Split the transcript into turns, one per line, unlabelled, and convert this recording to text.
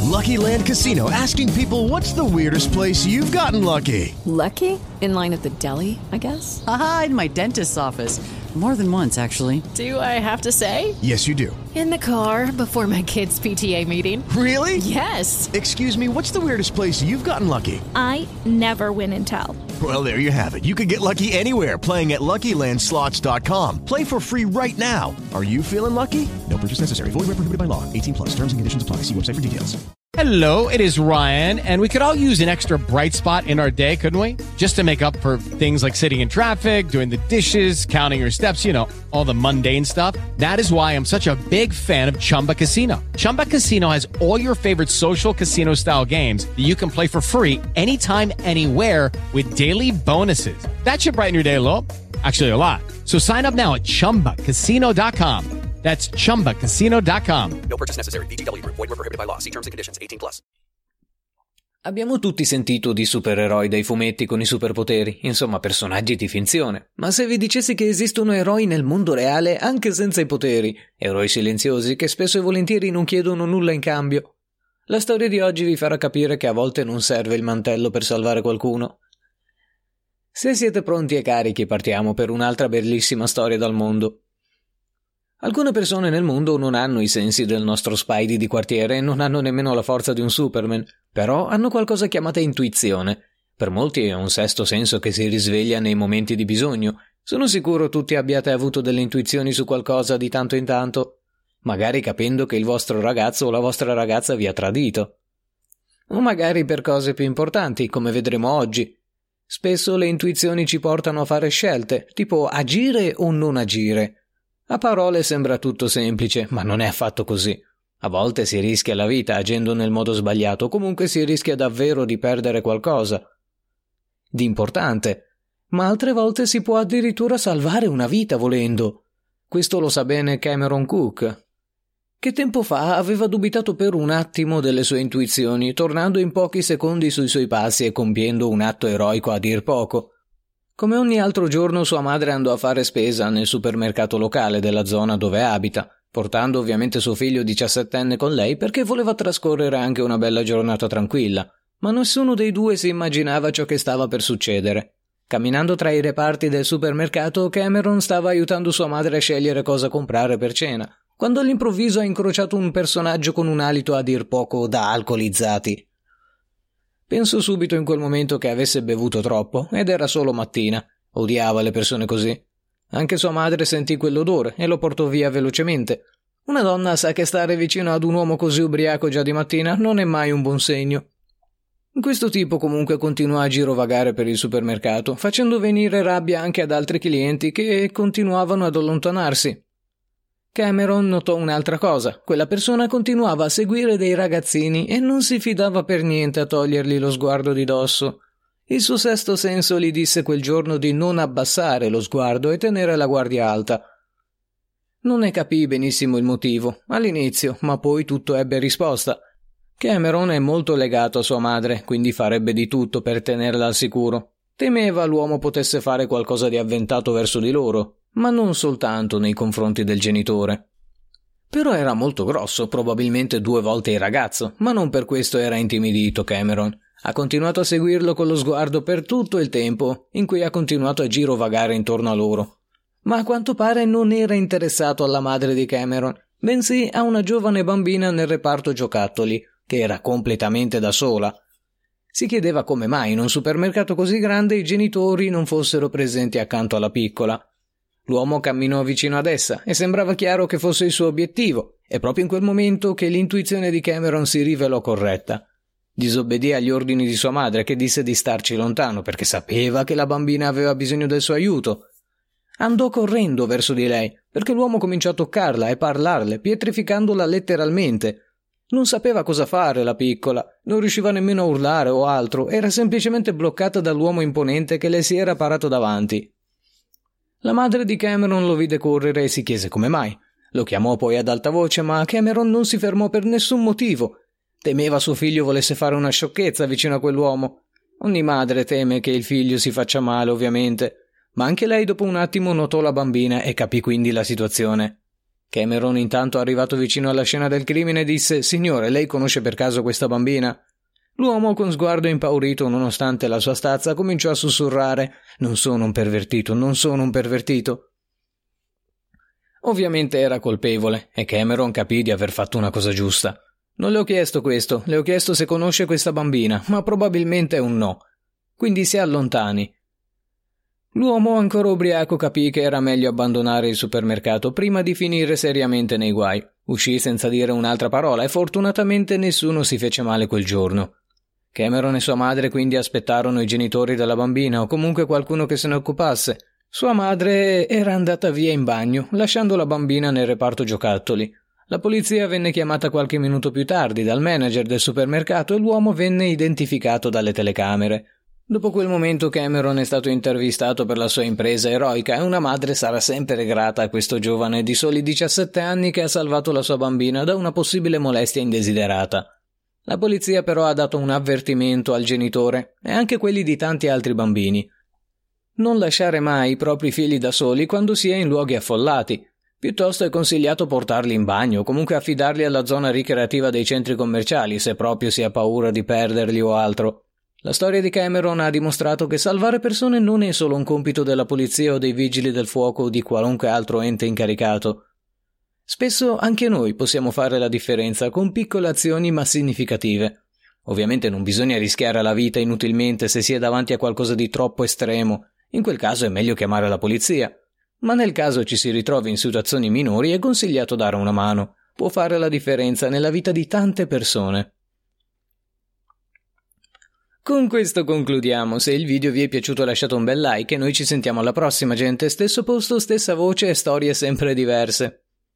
Lucky Land Casino, asking people, what's the weirdest place you've gotten lucky?
Lucky? In line at the deli, I guess?
Aha, in my dentist's office. More than once, actually.
Do I have to say?
Yes, you do.
In the car before my kids' PTA meeting.
Really?
Yes.
Excuse me, what's the weirdest place you've gotten lucky?
I never win and tell.
Well, there you have it. You can get lucky anywhere, playing at LuckyLandSlots.com. Play for free right now. Are you feeling lucky? No purchase necessary. Void where prohibited by law. 18 plus. Terms and conditions apply. See website for details.
Hello, it is Ryan, and we could all use an extra bright spot in our day, couldn't we? Just to make up for things like sitting in traffic, doing the dishes, counting your steps, you know, all the mundane stuff. That is why I'm such a big fan of Chumba Casino. Chumba Casino has all your favorite social casino-style games that you can play for free anytime, anywhere with daily bonuses. That should brighten your day a little. Actually, a lot. So sign up now at ChumbaCasino.com. That's ChumbaCasino.com.
No purchase necessary. VGW Group. Void where prohibited by law. See terms and conditions. 18+.
Abbiamo tutti sentito di supereroi dai fumetti con i superpoteri, insomma personaggi di finzione. Ma se vi dicessi che esistono eroi nel mondo reale anche senza i poteri, eroi silenziosi che spesso e volentieri non chiedono nulla in cambio, la storia di oggi vi farà capire che a volte non serve il mantello per salvare qualcuno. Se siete pronti e carichi, partiamo per un'altra bellissima storia dal mondo. Alcune persone nel mondo non hanno i sensi del nostro Spidey di quartiere e non hanno nemmeno la forza di un Superman, però hanno qualcosa chiamata intuizione. Per molti è un sesto senso che si risveglia nei momenti di bisogno. Sono sicuro tutti abbiate avuto delle intuizioni su qualcosa di tanto in tanto, magari capendo che il vostro ragazzo o la vostra ragazza vi ha tradito. O magari per cose più importanti, come vedremo oggi. Spesso le intuizioni ci portano a fare scelte, tipo agire o non agire. A parole sembra tutto semplice, ma non è affatto così. A volte si rischia la vita agendo nel modo sbagliato, comunque si rischia davvero di perdere qualcosa di importante, ma altre volte si può addirittura salvare una vita volendo. Questo lo sa bene Cameron Cook, che tempo fa aveva dubitato per un attimo delle sue intuizioni, tornando in pochi secondi sui suoi passi e compiendo un atto eroico a dir poco. Come ogni altro giorno sua madre andò a fare spesa nel supermercato locale della zona dove abita, portando ovviamente suo figlio 17enne con lei perché voleva trascorrere anche una bella giornata tranquilla, ma nessuno dei due si immaginava ciò che stava per succedere. Camminando tra i reparti del supermercato, Cameron stava aiutando sua madre a scegliere cosa comprare per cena, quando all'improvviso ha incrociato un personaggio con un alito a dir poco da alcolizzati. Pensò subito in quel momento che avesse bevuto troppo, ed era solo mattina. Odiava le persone così. Anche sua madre sentì quell'odore e lo portò via velocemente. Una donna sa che stare vicino ad un uomo così ubriaco già di mattina non è mai un buon segno. Questo tipo comunque continuò a girovagare per il supermercato, facendo venire rabbia anche ad altri clienti che continuavano ad allontanarsi. Cameron notò un'altra cosa: quella persona continuava a seguire dei ragazzini e non si fidava per niente a togliergli lo sguardo di dosso. Il suo sesto senso gli disse quel giorno di non abbassare lo sguardo e tenere la guardia alta. Non ne capì benissimo il motivo all'inizio, ma poi tutto ebbe risposta. Cameron è molto legato a sua madre, quindi farebbe di tutto per tenerla al sicuro. Temeva l'uomo potesse fare qualcosa di avventato verso di loro, ma non soltanto nei confronti del genitore. Però era molto grosso, probabilmente 2 volte il ragazzo, ma non per questo era intimidito Cameron. Ha continuato a seguirlo con lo sguardo per tutto il tempo in cui ha continuato a girovagare intorno a loro. Ma a quanto pare non era interessato alla madre di Cameron, bensì a una giovane bambina nel reparto giocattoli, che era completamente da sola. Si chiedeva come mai in un supermercato così grande i genitori non fossero presenti accanto alla piccola. L'uomo camminò vicino ad essa e sembrava chiaro che fosse il suo obiettivo, e proprio in quel momento che l'intuizione di Cameron si rivelò corretta. Disobbedì agli ordini di sua madre, che disse di starci lontano perché sapeva che la bambina aveva bisogno del suo aiuto. Andò correndo verso di lei, perché l'uomo cominciò a toccarla e parlarle, pietrificandola letteralmente. Non sapeva cosa fare la piccola, non riusciva nemmeno a urlare o altro, era semplicemente bloccata dall'uomo imponente che le si era parato davanti. La madre di Cameron lo vide correre e si chiese come mai. Lo chiamò poi ad alta voce, ma Cameron non si fermò per nessun motivo. Temeva suo figlio volesse fare una sciocchezza vicino a quell'uomo. Ogni madre teme che il figlio si faccia male, ovviamente, ma anche lei dopo un attimo notò la bambina e capì quindi la situazione. Cameron, intanto arrivato vicino alla scena del crimine, disse: «Signore, lei conosce per caso questa bambina?» L'uomo, con sguardo impaurito nonostante la sua stazza, cominciò a sussurrare: «Non sono un pervertito, non sono un pervertito». Ovviamente era colpevole e Cameron capì di aver fatto una cosa giusta. «Non le ho chiesto questo, le ho chiesto se conosce questa bambina, ma probabilmente è un no. Quindi si allontani». L'uomo, ancora ubriaco, capì che era meglio abbandonare il supermercato prima di finire seriamente nei guai. Uscì senza dire un'altra parola e fortunatamente nessuno si fece male quel giorno. Cameron e sua madre quindi aspettarono i genitori della bambina o comunque qualcuno che se ne occupasse. Sua madre era andata via in bagno, lasciando la bambina nel reparto giocattoli. La polizia venne chiamata qualche minuto più tardi dal manager del supermercato e l'uomo venne identificato dalle telecamere. Dopo quel momento Cameron è stato intervistato per la sua impresa eroica e una madre sarà sempre grata a questo giovane di soli 17 anni che ha salvato la sua bambina da una possibile molestia indesiderata. La polizia però ha dato un avvertimento al genitore e anche quelli di tanti altri bambini. Non lasciare mai i propri figli da soli quando si è in luoghi affollati. Piuttosto è consigliato portarli in bagno o comunque affidarli alla zona ricreativa dei centri commerciali se proprio si ha paura di perderli o altro. La storia di Cameron ha dimostrato che salvare persone non è solo un compito della polizia o dei vigili del fuoco o di qualunque altro ente incaricato. Spesso anche noi possiamo fare la differenza con piccole azioni ma significative. Ovviamente non bisogna rischiare la vita inutilmente se si è davanti a qualcosa di troppo estremo. In quel caso è meglio chiamare la polizia. Ma nel caso ci si ritrovi in situazioni minori è consigliato dare una mano. Può fare la differenza nella vita di tante persone. Con questo concludiamo. Se il video vi è piaciuto lasciate un bel like e noi ci sentiamo alla prossima, gente. Stesso posto, stessa voce e storie sempre diverse.